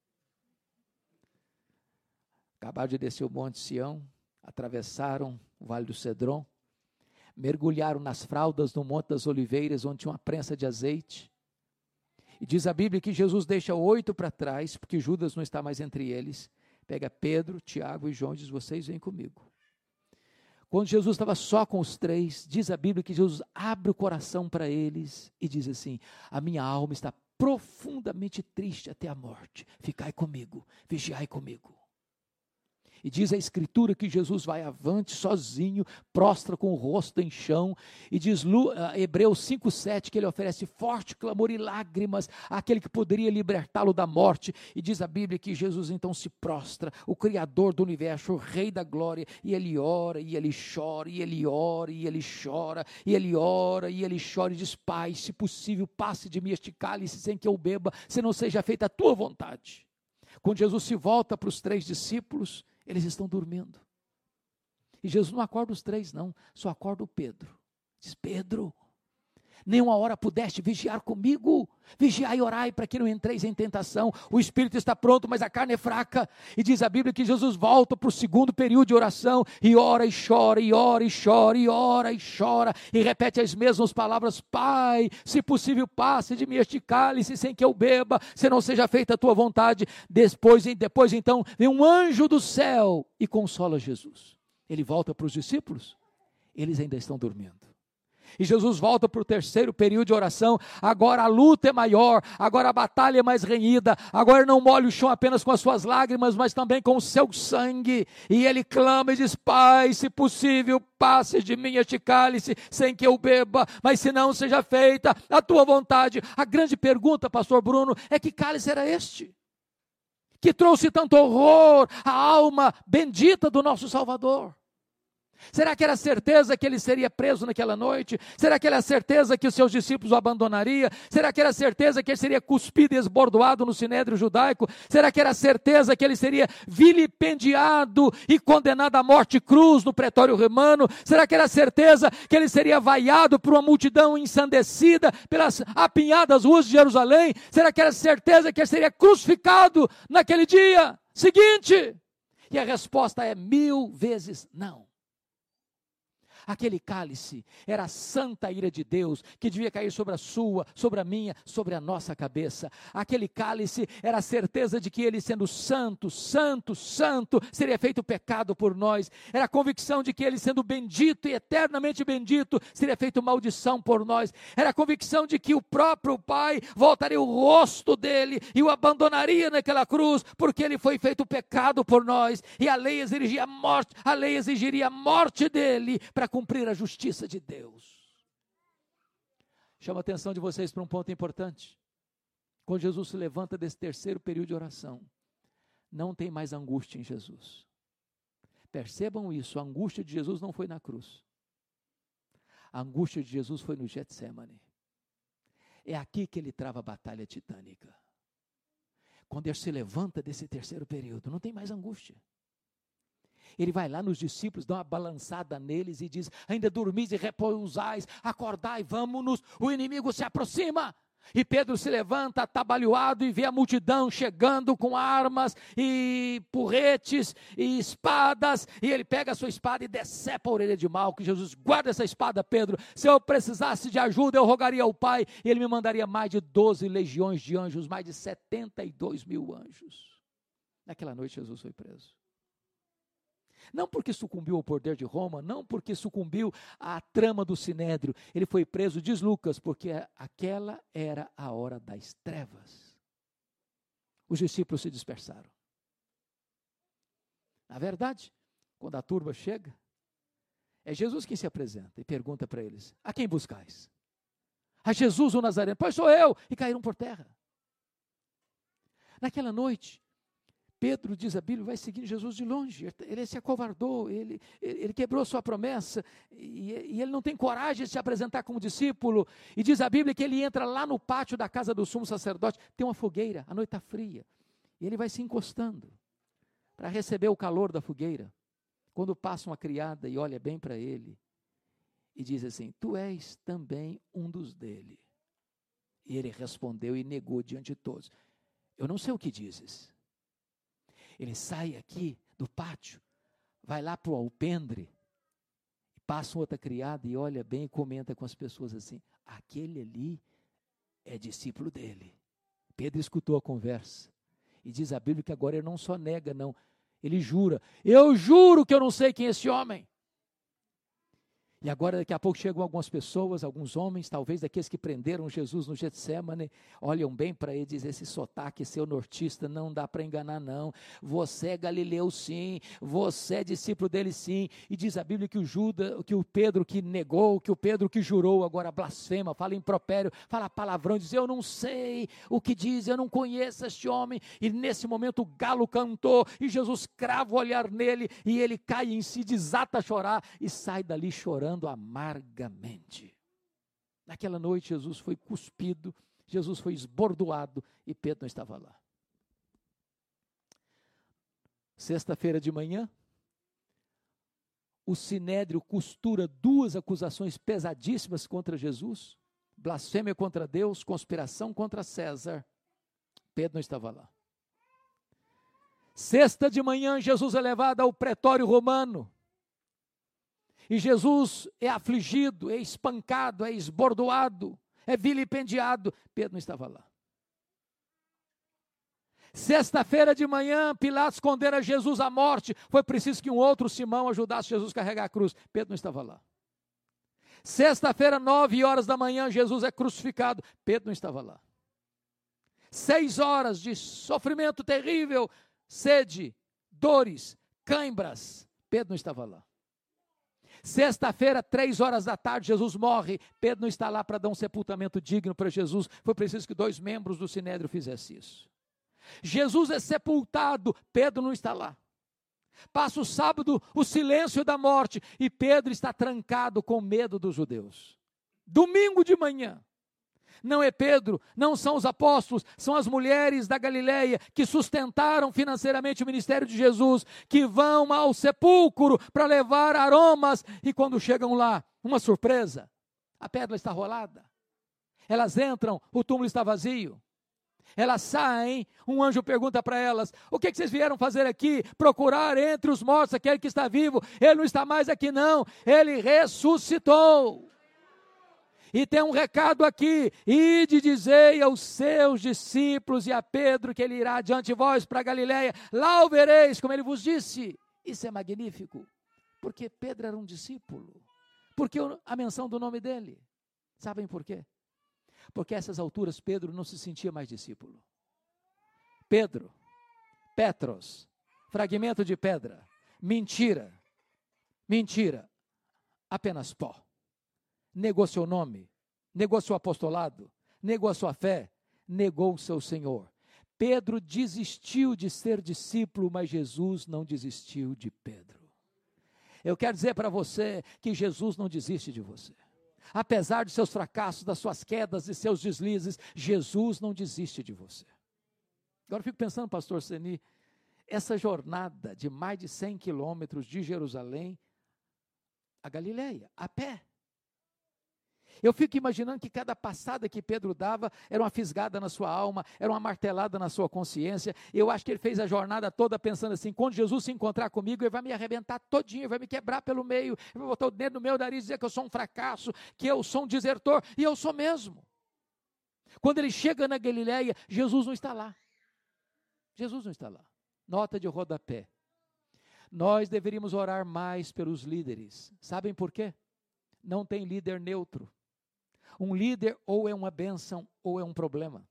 Acabaram de descer o Monte Sião, atravessaram o Vale do Cedron, mergulharam nas fraldas do Monte das Oliveiras, onde tinha uma prensa de azeite. E diz a Bíblia que Jesus deixa 8 para trás, porque Judas não está mais entre eles. Pega Pedro, Tiago e João e diz: vocês vêm comigo. Quando Jesus estava só com os 3, diz a Bíblia que Jesus abre o coração para eles e diz assim: a minha alma está profundamente triste até a morte. Ficai comigo, vigiai comigo. E diz a Escritura que Jesus vai avante sozinho, prostra com o rosto em chão, e diz Hebreus 5,7 que ele oferece forte clamor e lágrimas àquele que poderia libertá-lo da morte. E diz a Bíblia que Jesus então se prostra, o Criador do universo, o Rei da glória, e ele ora, e ele chora, e ele ora, e ele chora, e ele ora, e ele chora, e diz: Pai, se possível, passe de mim este cálice sem que eu beba, se não seja feita a tua vontade. Quando Jesus se volta para os 3 discípulos, eles estão dormindo. E Jesus não acorda os 3 não, só acorda o Pedro. Diz: Pedro, nenhuma hora pudeste vigiar comigo. Vigiai e orai para que não entreis em tentação. O espírito está pronto, mas a carne é fraca. E diz a Bíblia que Jesus volta para o segundo período de oração, e ora e chora, e ora e chora, e ora e chora, e repete as mesmas palavras: Pai, se possível passe de mim este cálice sem que eu beba, se não seja feita a tua vontade. Depois então, vem um anjo do céu e consola Jesus. Ele volta para os discípulos, eles ainda estão dormindo. E Jesus volta para o terceiro período de oração. Agora a luta é maior, agora a batalha é mais renhida, agora não molha o chão apenas com as suas lágrimas, mas também com o seu sangue. E ele clama e diz: Pai, se possível, passe de mim este cálice sem que eu beba, mas se não, seja feita a tua vontade. A grande pergunta, pastor Bruno, é: que cálice era este que trouxe tanto horror à alma bendita do nosso Salvador? Será que era certeza que ele seria preso naquela noite? Será que era certeza que os seus discípulos o abandonariam? Será que era certeza que ele seria cuspido e esbordoado no sinédrio judaico? Será que era certeza que ele seria vilipendiado e condenado à morte cruz no pretório romano? Será que era certeza que ele seria vaiado por uma multidão ensandecida pelas apinhadas ruas de Jerusalém? Será que era certeza que ele seria crucificado naquele dia seguinte? E a resposta é 1000 vezes não. Aquele cálice era a santa ira de Deus, que devia cair sobre a sua, sobre a minha, sobre a nossa cabeça. Aquele cálice era a certeza de que ele, sendo santo, santo, santo, seria feito pecado por nós. Era a convicção de que ele, sendo bendito e eternamente bendito, seria feito maldição por nós. Era a convicção de que o próprio Pai voltaria o rosto dele e o abandonaria naquela cruz, porque ele foi feito pecado por nós. E a lei exigiria a morte dele para cumprir a justiça de Deus. Chamo a atenção de vocês para um ponto importante. Quando Jesus se levanta desse terceiro período de oração, não tem mais angústia em Jesus. Percebam isso, a angústia de Jesus não foi na cruz. A angústia de Jesus foi no Getsemane. É aqui que ele trava a batalha titânica. Quando ele se levanta desse terceiro período, não tem mais angústia. Ele vai lá nos discípulos, dá uma balançada neles e diz: ainda dormis e repousais, acordai, vamos-nos, o inimigo se aproxima. E Pedro se levanta atabalhoado e vê a multidão chegando com armas e porretes e espadas, e ele pega a sua espada e decepa a orelha de Malco. Jesus: guarda essa espada, Pedro, se eu precisasse de ajuda eu rogaria ao Pai, e ele me mandaria mais de 12 legiões de anjos, mais de 72 mil anjos. Naquela noite Jesus foi preso. Não porque sucumbiu ao poder de Roma, não porque sucumbiu à trama do sinédrio. Ele foi preso, diz Lucas, porque aquela era a hora das trevas. Os discípulos se dispersaram. Na verdade, quando a turba chega, é Jesus quem se apresenta e pergunta para eles: a quem buscais? A Jesus o Nazareno. Pois sou eu. E caíram por terra. Naquela noite, Pedro, diz a Bíblia, vai seguindo Jesus de longe. Ele se acovardou, ele quebrou sua promessa, e ele não tem coragem de se apresentar como discípulo. E diz a Bíblia que ele entra lá no pátio da casa do sumo sacerdote, tem uma fogueira, a noite está fria, e ele vai se encostando para receber o calor da fogueira. Quando passa uma criada e olha bem para ele, e diz assim: tu és também um dos dele. E ele respondeu e negou diante de todos: eu não sei o que dizes. Ele sai aqui do pátio, vai lá para o alpendre, passa outra criada e olha bem e comenta com as pessoas assim: aquele ali é discípulo dele. Pedro escutou a conversa e diz a Bíblia que agora ele não só nega, não, ele jura: eu juro que eu não sei quem é esse homem. E agora daqui a pouco chegam algumas pessoas, alguns homens, talvez daqueles que prenderam Jesus no Getsemane, olham bem para ele e dizem: esse sotaque seu nortista não dá para enganar não, você é Galileu sim, você é discípulo dele sim. E diz a Bíblia que o Pedro que negou, que o Pedro que jurou, agora blasfema, fala impropério, fala palavrão, diz: eu não sei o que diz, eu não conheço este homem. E nesse momento o galo cantou, e Jesus crava o olhar nele, e ele cai em si, desata a chorar, e sai dali chorando amargamente. Naquela noite Jesus foi cuspido, Jesus foi esbordoado e Pedro não estava lá. Sexta-feira de manhã, o sinédrio costura duas acusações pesadíssimas contra Jesus, blasfêmia contra Deus, conspiração contra César, Pedro não estava lá. Sexta de manhã, Jesus é levado ao pretório romano, e Jesus é afligido, é espancado, é esbordoado, é vilipendiado, Pedro não estava lá. Sexta-feira de manhã, Pilatos condena Jesus à morte, foi preciso que um outro Simão ajudasse Jesus a carregar a cruz, Pedro não estava lá. Sexta-feira, 9 horas da manhã, Jesus é crucificado, Pedro não estava lá. 6 horas de sofrimento terrível, sede, dores, cãibras, Pedro não estava lá. Sexta-feira, 3 horas da tarde, Jesus morre, Pedro não está lá para dar um sepultamento digno para Jesus, foi preciso que 2 membros do Sinédrio fizessem isso. Jesus é sepultado, Pedro não está lá. Passa o sábado, o silêncio da morte, e Pedro está trancado com medo dos judeus. Domingo de manhã, não é Pedro, não são os apóstolos, são as mulheres da Galileia que sustentaram financeiramente o ministério de Jesus, que vão ao sepulcro para levar aromas, e quando chegam lá, uma surpresa, a pedra está rolada. Elas entram, o túmulo está vazio. Elas saem, um anjo pergunta para elas, o que vocês vieram fazer aqui? Procurar entre os mortos aquele que está vivo. Ele não está mais aqui não, ele ressuscitou. E tem um recado aqui, ide dizei aos seus discípulos e a Pedro que ele irá diante de vós para Galileia, lá o vereis, como ele vos disse. Isso é magnífico, porque Pedro era um discípulo. Por que a menção do nome dele? Sabem por quê? Porque a essas alturas Pedro não se sentia mais discípulo. Pedro, Petros, fragmento de pedra, mentira, apenas pó. Negou seu nome, negou seu apostolado, negou a sua fé, negou o seu Senhor. Pedro desistiu de ser discípulo, mas Jesus não desistiu de Pedro. Eu quero dizer para você que Jesus não desiste de você. Apesar de seus fracassos, das suas quedas e seus deslizes, Jesus não desiste de você. Agora eu fico pensando, pastor Seni, essa jornada de mais de 100 quilômetros de Jerusalém a Galileia, a pé. Eu fico imaginando que cada passada que Pedro dava era uma fisgada na sua alma, era uma martelada na sua consciência. Eu acho que ele fez a jornada toda pensando assim, quando Jesus se encontrar comigo, ele vai me arrebentar todinho, ele vai me quebrar pelo meio, ele vai botar o dedo no meu nariz e dizer que eu sou um fracasso, que eu sou um desertor, e eu sou mesmo. Quando ele chega na Galileia, Jesus não está lá. Jesus não está lá. Nota de rodapé. Nós deveríamos orar mais pelos líderes. Sabem por quê? Não tem líder neutro. Um líder ou é uma bênção ou é um problema.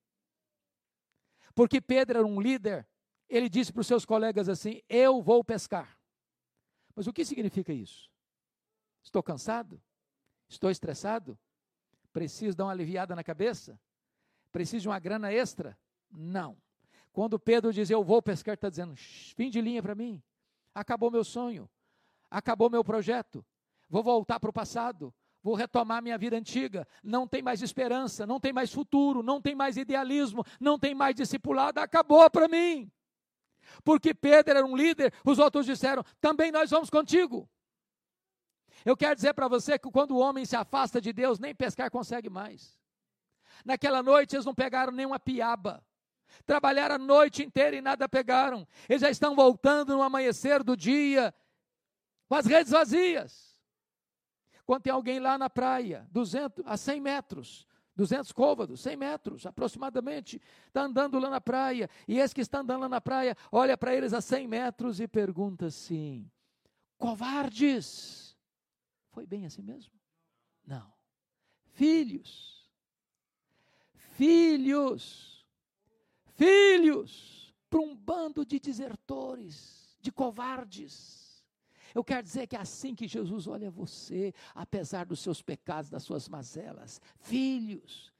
Porque Pedro era um líder, ele disse para os seus colegas assim, eu vou pescar. Mas o que significa isso? Estou cansado? Estou estressado? Preciso dar uma aliviada na cabeça? Preciso de uma grana extra? Não. Quando Pedro diz eu vou pescar, está dizendo, fim de linha para mim. Acabou meu sonho. Acabou meu projeto. Vou voltar para o passado. Vou retomar minha vida antiga, não tem mais esperança, não tem mais futuro, não tem mais idealismo, não tem mais discipulado, acabou para mim. Porque Pedro era um líder, os outros disseram, também nós vamos contigo. Eu quero dizer para você que quando o homem se afasta de Deus, nem pescar consegue mais. Naquela noite eles não pegaram nenhuma piaba, trabalharam a noite inteira e nada pegaram. Eles já estão voltando no amanhecer do dia, com as redes vazias. Quando tem alguém lá na praia, 200 a 100 metros, 200 côvados, 100 metros aproximadamente, está andando lá na praia, e esse que está andando lá na praia, olha para eles a 100 metros e pergunta assim, covardes, foi bem assim mesmo? Não, filhos, para um bando de desertores, de covardes. Eu quero dizer que é assim que Jesus olha você, apesar dos seus pecados, das suas mazelas. Filhos.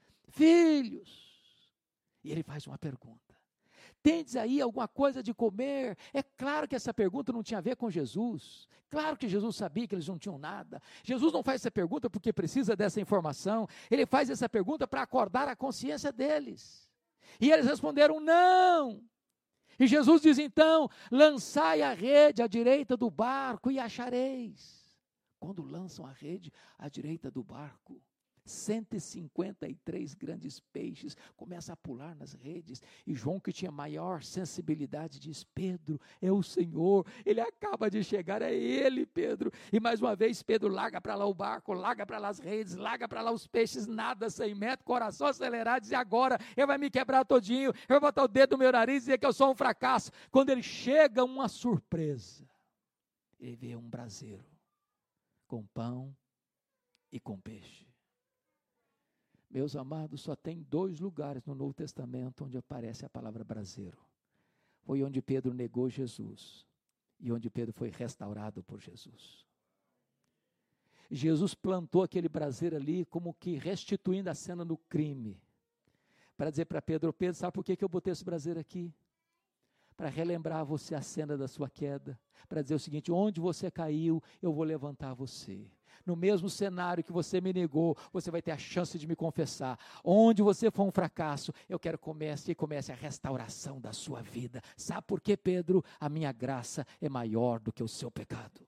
E ele faz uma pergunta. Tendes aí alguma coisa de comer? É claro que essa pergunta não tinha a ver com Jesus. Claro que Jesus sabia que eles não tinham nada. Jesus não faz essa pergunta porque precisa dessa informação. Ele faz essa pergunta para acordar a consciência deles. E eles responderam, não. E Jesus diz então, lançai a rede à direita do barco e achareis. Quando lançam a rede à direita do barco, 153 grandes peixes, começa a pular nas redes, e João, que tinha maior sensibilidade, diz: Pedro, é o Senhor, ele acaba de chegar, é ele, Pedro. E mais uma vez Pedro larga para lá o barco, larga para lá as redes, larga para lá os peixes, nada, 100 metros, coração acelerado, diz: agora ele vai me quebrar todinho, eu vou botar o dedo no meu nariz e dizer que eu sou um fracasso. Quando ele chega, uma surpresa, ele vê um braseiro com pão e com peixe. Meus amados, só tem 2 lugares no Novo Testamento onde aparece a palavra braseiro. Foi onde Pedro negou Jesus e onde Pedro foi restaurado por Jesus. Jesus plantou aquele braseiro ali como que restituindo a cena do crime, para dizer para Pedro: Pedro, sabe por que eu botei esse braseiro aqui? Para relembrar você a cena da sua queda, para dizer o seguinte: onde você caiu, eu vou levantar você. No mesmo cenário que você me negou, você vai ter a chance de me confessar. Onde você for um fracasso, eu quero que comece a restauração da sua vida. Sabe por quê, Pedro? A minha graça é maior do que o seu pecado.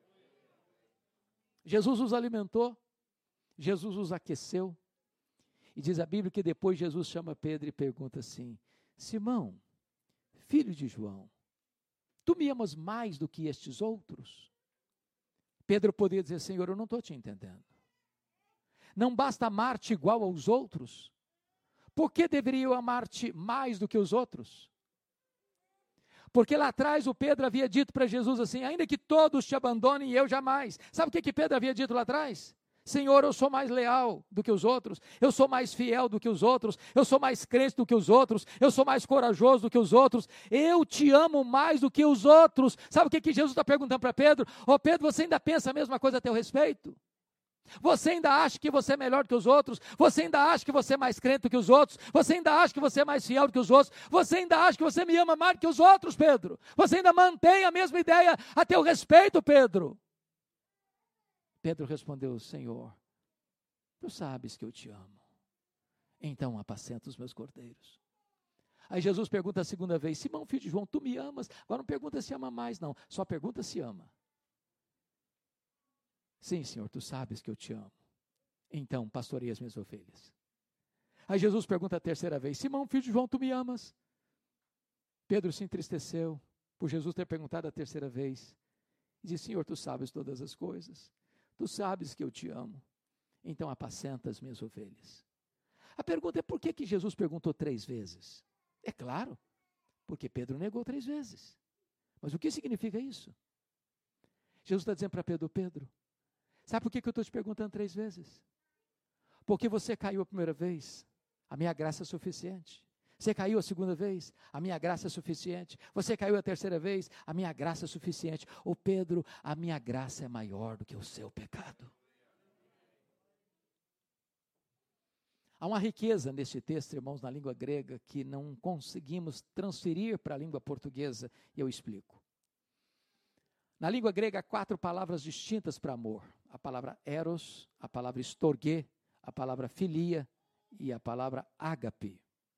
Jesus os alimentou, Jesus os aqueceu, e diz a Bíblia que depois Jesus chama Pedro e pergunta assim: Simão, filho de João, tu me amas mais do que estes outros? Pedro poderia dizer: Senhor, eu não estou te entendendo. Não basta amar-te igual aos outros? Por que deveria eu amar-te mais do que os outros? Porque lá atrás o Pedro havia dito para Jesus assim: ainda que todos te abandonem, eu jamais. Sabe o que Pedro havia dito lá atrás? Senhor, eu sou mais leal do que os outros, eu sou mais fiel do que os outros, eu sou mais crente do que os outros, eu sou mais corajoso do que os outros, eu te amo mais do que os outros. Sabe o que Jesus está perguntando para Pedro? Ô Pedro, você ainda pensa a mesma coisa a teu respeito? Você ainda acha que você é melhor do que os outros? Você ainda acha que você é mais crente do que os outros? Você ainda acha que você é mais fiel do que os outros? Você ainda acha que você me ama mais do que os outros, Pedro? Você ainda mantém a mesma ideia a teu respeito, Pedro? Pedro respondeu: Senhor, tu sabes que eu te amo, então apacenta os meus cordeiros. Aí Jesus pergunta a segunda vez: Simão, filho de João, tu me amas? Agora não pergunta se ama mais não, só pergunta se ama. Sim, Senhor, tu sabes que eu te amo, então pastoreia as minhas ovelhas. Aí Jesus pergunta a terceira vez: Simão, filho de João, tu me amas? Pedro se entristeceu por Jesus ter perguntado a terceira vez, e disse: Senhor, tu sabes todas as coisas, tu sabes que eu te amo, então apacenta as minhas ovelhas. A pergunta é: por que Jesus perguntou 3 vezes? É claro, porque Pedro negou 3 vezes. Mas o que significa isso? Jesus está dizendo para Pedro: Pedro, sabe por que eu estou te perguntando 3 vezes? Porque você caiu a primeira vez, a minha graça é suficiente. Você caiu a segunda vez, a minha graça é suficiente. Você caiu a terceira vez, a minha graça é suficiente. Ô Pedro, a minha graça é maior do que o seu pecado. Há uma riqueza neste texto, irmãos, na língua grega, que não conseguimos transferir para a língua portuguesa, e eu explico. Na língua grega há 4 palavras distintas para amor: a palavra eros, a palavra storge, a palavra filia e a palavra ágape.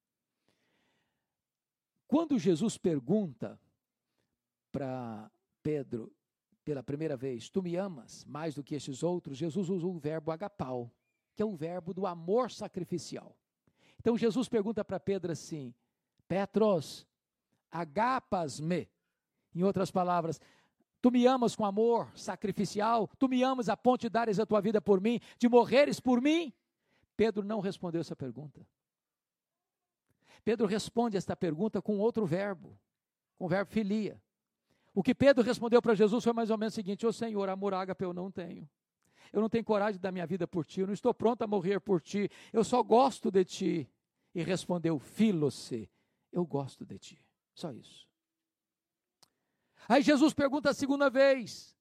Quando Jesus pergunta para Pedro pela primeira vez: tu me amas mais do que estes outros? Jesus usa o verbo agapau, que é o verbo do amor sacrificial. Então Jesus pergunta para Pedro assim: Petros, agapas-me. Em outras palavras, tu me amas com amor sacrificial? Tu me amas a ponto de dares a tua vida por mim, de morreres por mim? Pedro não respondeu essa pergunta. Pedro responde esta pergunta com outro verbo, com o verbo filia. O que Pedro respondeu para Jesus foi mais ou menos o seguinte: ô Senhor, amor ágape eu não tenho. Eu não tenho coragem de dar minha vida por ti, eu não estou pronto a morrer por ti, eu só gosto de ti. E respondeu: filose, eu gosto de ti, só isso. Aí Jesus pergunta a segunda vez: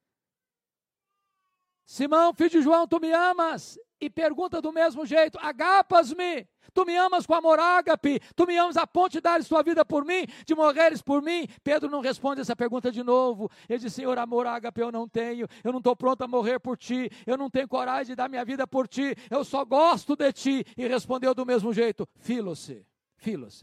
Simão, filho de João, tu me amas? E pergunta do mesmo jeito: agapas-me, tu me amas com amor ágape, tu me amas a ponto de dares tua vida por mim, de morreres por mim? Pedro não responde essa pergunta de novo. Ele diz: Senhor, amor ágape eu não tenho, eu não estou pronto a morrer por ti, eu não tenho coragem de dar minha vida por ti, eu só gosto de ti. E respondeu do mesmo jeito: filose, filose.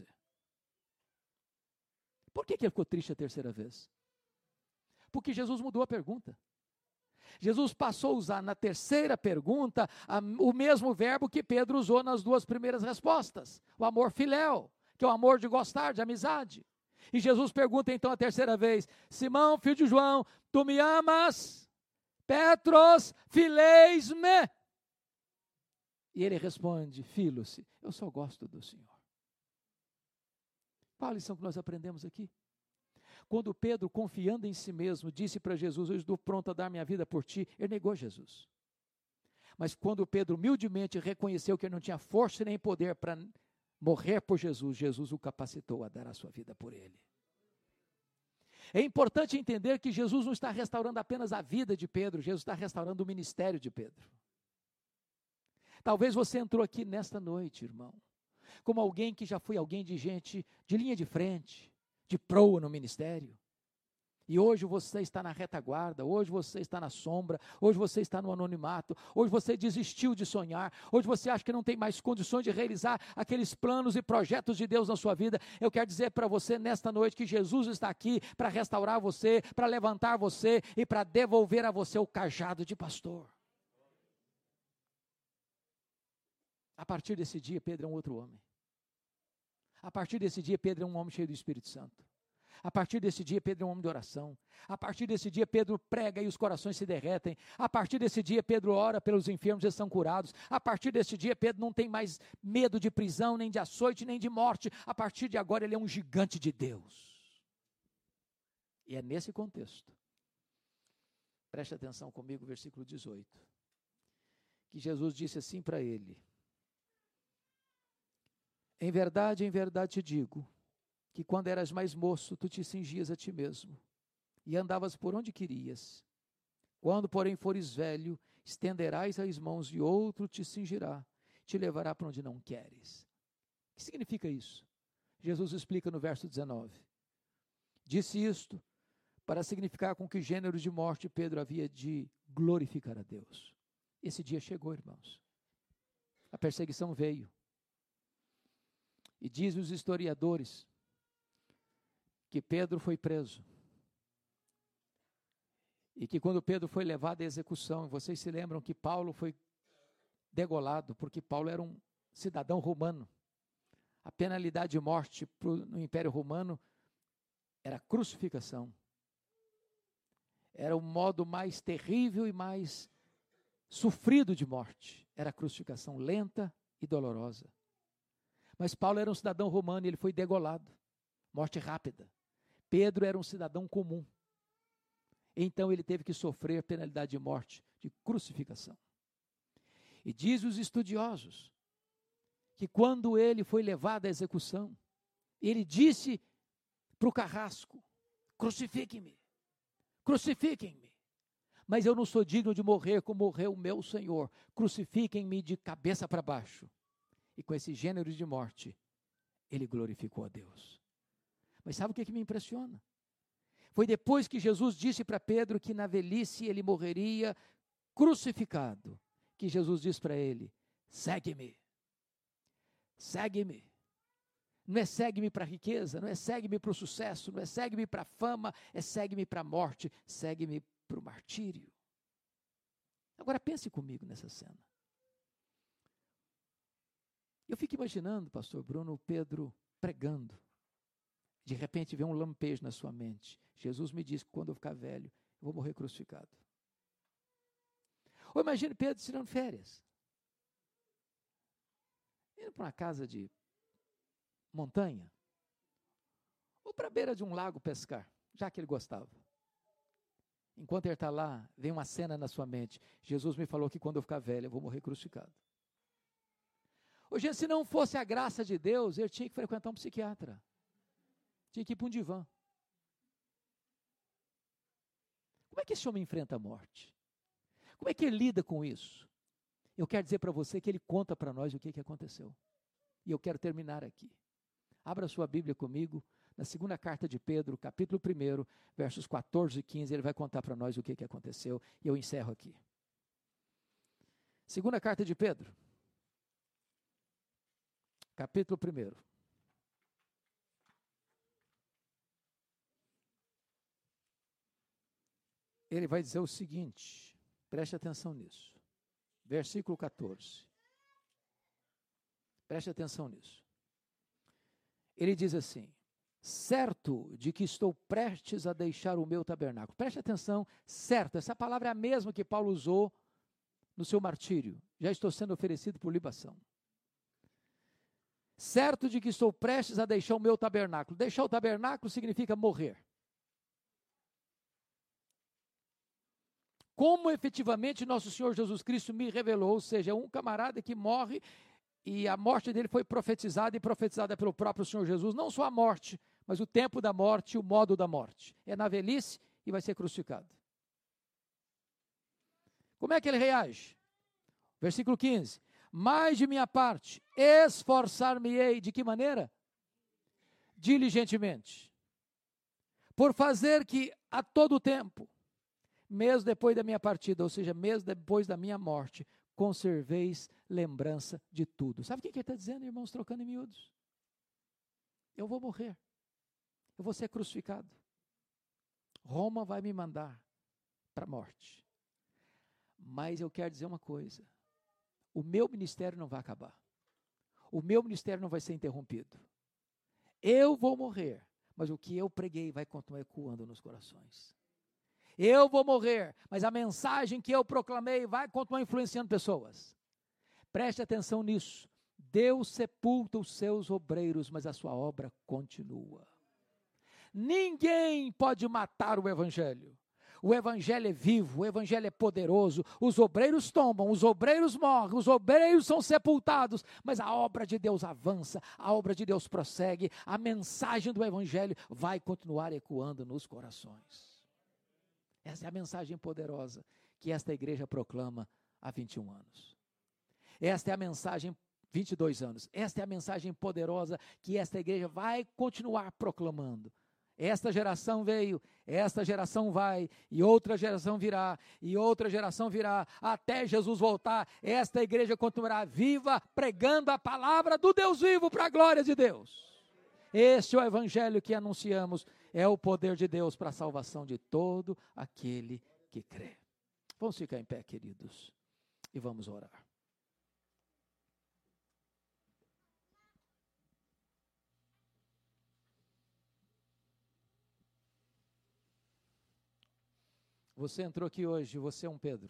Por que ele ficou triste a terceira vez? Porque Jesus mudou a pergunta. Jesus passou a usar na terceira pergunta o mesmo verbo que Pedro usou nas duas primeiras respostas, o amor filéu, que é o amor de gostar, de amizade. E Jesus pergunta então a terceira vez: Simão, filho de João, tu me amas? Petros, fileis-me? E ele responde: Filos, eu só gosto do Senhor. Qual a lição que nós aprendemos aqui? Quando Pedro, confiando em si mesmo, disse para Jesus: eu estou pronto a dar minha vida por ti, ele negou Jesus. Mas quando Pedro humildemente reconheceu que ele não tinha força nem poder para morrer por Jesus, Jesus o capacitou a dar a sua vida por ele. É importante entender que Jesus não está restaurando apenas a vida de Pedro, Jesus está restaurando o ministério de Pedro. Talvez você entrou aqui nesta noite, irmão, como alguém que já foi alguém de gente de linha de frente, de proa no ministério. E hoje você está na retaguarda, hoje você está na sombra, hoje você está no anonimato, hoje você desistiu de sonhar, hoje você acha que não tem mais condições de realizar aqueles planos e projetos de Deus na sua vida. Eu quero dizer para você nesta noite que Jesus está aqui para restaurar você, para levantar você e para devolver a você o cajado de pastor. A partir desse dia, Pedro é um outro homem. A partir desse dia, Pedro é um homem cheio do Espírito Santo. A partir desse dia, Pedro é um homem de oração. A partir desse dia, Pedro prega e os corações se derretem. A partir desse dia, Pedro ora pelos enfermos e são curados. A partir desse dia, Pedro não tem mais medo de prisão, nem de açoite, nem de morte. A partir de agora, ele é um gigante de Deus. E é nesse contexto, preste atenção comigo, versículo 18, que Jesus disse assim para ele: em verdade te digo, que quando eras mais moço, tu te cingias a ti mesmo, e andavas por onde querias. Quando, porém, fores velho, estenderás as mãos, e outro te cingirá, te levará para onde não queres. O que significa isso? Jesus explica no verso 19. Disse isto para significar com que gênero de morte Pedro havia de glorificar a Deus. Esse dia chegou, irmãos. A perseguição veio. E dizem os historiadores que Pedro foi preso. E que quando Pedro foi levado à execução, vocês se lembram que Paulo foi degolado, porque Paulo era um cidadão romano. A penalidade de morte no Império Romano era crucificação. Era o modo mais terrível e mais sofrido de morte. Era a crucificação lenta e dolorosa. Mas Paulo era um cidadão romano e ele foi degolado. Morte rápida. Pedro era um cidadão comum. Então ele teve que sofrer penalidade de morte, de crucificação. E diz os estudiosos que quando ele foi levado à execução, ele disse para o carrasco: crucifiquem-me, crucifiquem-me. Mas eu não sou digno de morrer como morreu o meu Senhor. Crucifiquem-me de cabeça para baixo. E com esse gênero de morte, ele glorificou a Deus. Mas sabe o que me impressiona? Foi depois que Jesus disse para Pedro que na velhice ele morreria crucificado, que Jesus disse para ele: segue-me, segue-me. Não é segue-me para a riqueza, não é segue-me para o sucesso, não é segue-me para a fama, é segue-me para a morte, segue-me para o martírio. Agora pense comigo nessa cena. Eu fico imaginando, pastor Bruno, Pedro pregando. De repente vem um lampejo na sua mente. Jesus me disse que quando eu ficar velho, eu vou morrer crucificado. Ou imagine Pedro tirando férias. Indo para uma casa de montanha. Ou para a beira de um lago pescar, já que ele gostava. Enquanto ele está lá, vem uma cena na sua mente. Jesus me falou que quando eu ficar velho, eu vou morrer crucificado. Hoje, se não fosse a graça de Deus, ele tinha que frequentar um psiquiatra. Tinha que ir para um divã. Como é que esse homem enfrenta a morte? Como é que ele lida com isso? Eu quero dizer para você que ele conta para nós o que aconteceu. E eu quero terminar aqui. Abra sua Bíblia comigo, na segunda carta de Pedro, capítulo 1, versos 14 e 15, ele vai contar para nós o que aconteceu. E eu encerro aqui. Segunda carta de Pedro, capítulo 1. Ele vai dizer o seguinte: Preste atenção nisso. Versículo 14. Preste atenção nisso. Ele diz assim: certo de que estou prestes a deixar o meu tabernáculo. Preste atenção, certo. Essa palavra é a mesma que Paulo usou no seu martírio. Já estou sendo oferecido por libação. Certo de que estou prestes a deixar o meu tabernáculo. Deixar o tabernáculo significa morrer. Como efetivamente nosso Senhor Jesus Cristo me revelou, ou seja, um camarada que morre e a morte dele foi profetizada e profetizada pelo próprio Senhor Jesus, não só a morte, mas o tempo da morte e o modo da morte. É na velhice e vai ser crucificado. Como é que ele reage? Versículo 15. Mas de minha parte, esforçar-me-ei, de que maneira? Diligentemente, por fazer que a todo tempo, mesmo depois da minha partida, ou seja, mesmo depois da minha morte, conserveis lembrança de tudo. Sabe o que ele está dizendo, irmãos, trocando em miúdos? Eu vou morrer, eu vou ser crucificado. Roma vai me mandar para a morte. Mas eu quero dizer uma coisa: o meu ministério não vai acabar. O meu ministério não vai ser interrompido. Eu vou morrer, mas o que eu preguei vai continuar ecoando nos corações. Eu vou morrer, mas a mensagem que eu proclamei vai continuar influenciando pessoas. Preste atenção nisso. Deus sepulta os seus obreiros, mas a sua obra continua. Ninguém pode matar o Evangelho. O Evangelho é vivo, o Evangelho é poderoso. Os obreiros tombam, os obreiros morrem, os obreiros são sepultados, mas a obra de Deus avança, a obra de Deus prossegue, a mensagem do Evangelho vai continuar ecoando nos corações. Essa é a mensagem poderosa que esta igreja proclama há 21 anos. Esta é a mensagem, 22 anos, esta é a mensagem poderosa que esta igreja vai continuar proclamando. Esta geração veio, esta geração vai, e outra geração virá, e outra geração virá, até Jesus voltar. Esta igreja continuará viva, pregando a palavra do Deus vivo para a glória de Deus. Este é o evangelho que anunciamos, é o poder de Deus para a salvação de todo aquele que crê. Vamos ficar em pé, queridos, e vamos orar. Você entrou aqui hoje, você é um Pedro.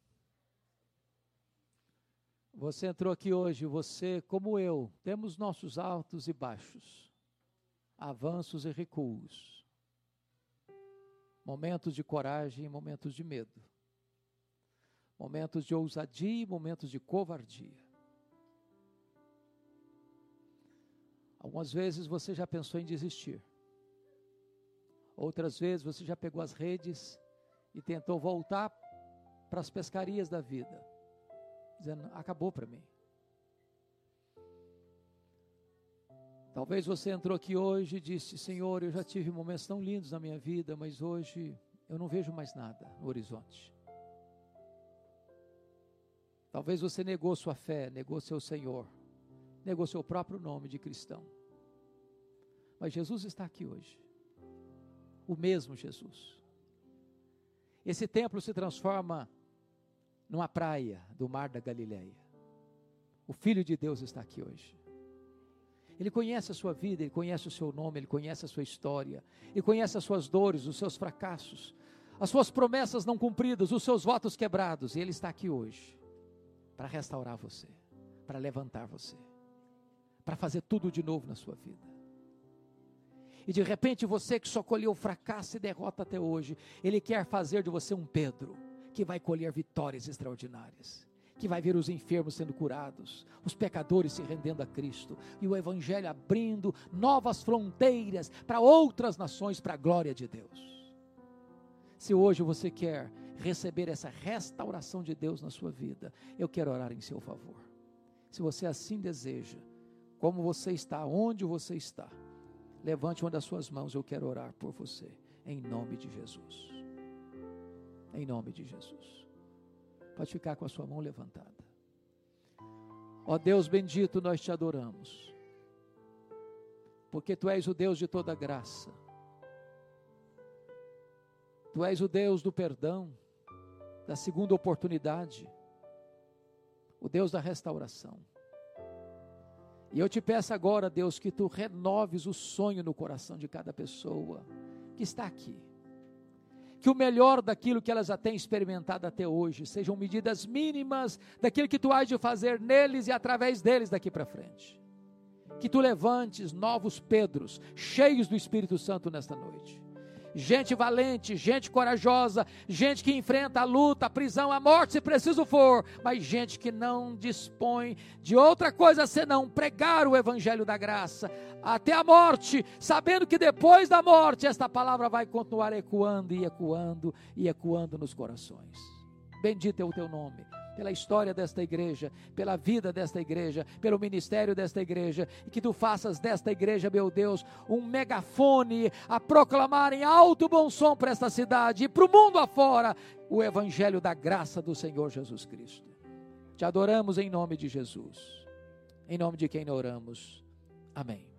Você entrou aqui hoje, você, como eu, temos nossos altos e baixos, avanços e recuos, momentos de coragem e momentos de medo, momentos de ousadia e momentos de covardia. Algumas vezes você já pensou em desistir, outras vezes você já pegou as redes e tentou voltar para as pescarias da vida, dizendo, acabou para mim. Talvez você entrou aqui hoje e disse, Senhor, eu já tive momentos tão lindos na minha vida, mas hoje eu não vejo mais nada no horizonte. Talvez você negou sua fé, negou seu Senhor, negou seu próprio nome de cristão. Mas Jesus está aqui hoje, o mesmo Jesus. Esse templo se transforma numa praia do mar da Galileia. O Filho de Deus está aqui hoje. Ele conhece a sua vida, Ele conhece o seu nome, Ele conhece a sua história, Ele conhece as suas dores, os seus fracassos, as suas promessas não cumpridas, os seus votos quebrados. E Ele está aqui hoje para restaurar você, para levantar você, para fazer tudo de novo na sua vida. E de repente você que só colheu fracasso e derrota até hoje, Ele quer fazer de você um Pedro, que vai colher vitórias extraordinárias, que vai ver os enfermos sendo curados, os pecadores se rendendo a Cristo, e o Evangelho abrindo novas fronteiras para outras nações, para a glória de Deus. Se hoje você quer receber essa restauração de Deus na sua vida, eu quero orar em seu favor. Se você assim deseja, como você está, onde você está, levante uma das suas mãos, eu quero orar por você, em nome de Jesus. Em nome de Jesus. Pode ficar com a sua mão levantada. Ó Deus bendito, nós te adoramos, porque Tu és o Deus de toda graça, Tu és o Deus do perdão, da segunda oportunidade, o Deus da restauração. E eu te peço agora, Deus, que tu renoves o sonho no coração de cada pessoa que está aqui. Que o melhor daquilo que elas já têm experimentado até hoje sejam medidas mínimas daquilo que tu hás de fazer neles e através deles daqui para frente. Que tu levantes novos Pedros, cheios do Espírito Santo nesta noite. Gente valente, gente corajosa, gente que enfrenta a luta, a prisão, a morte se preciso for, mas gente que não dispõe de outra coisa senão pregar o Evangelho da graça até a morte, sabendo que depois da morte esta palavra vai continuar ecoando e ecoando e ecoando nos corações. Bendito é o teu nome, pela história desta igreja, pela vida desta igreja, pelo ministério desta igreja, e que tu faças desta igreja, meu Deus, um megafone a proclamar em alto bom som para esta cidade e para o mundo afora o Evangelho da graça do Senhor Jesus Cristo. Te adoramos em nome de Jesus, em nome de quem oramos, amém.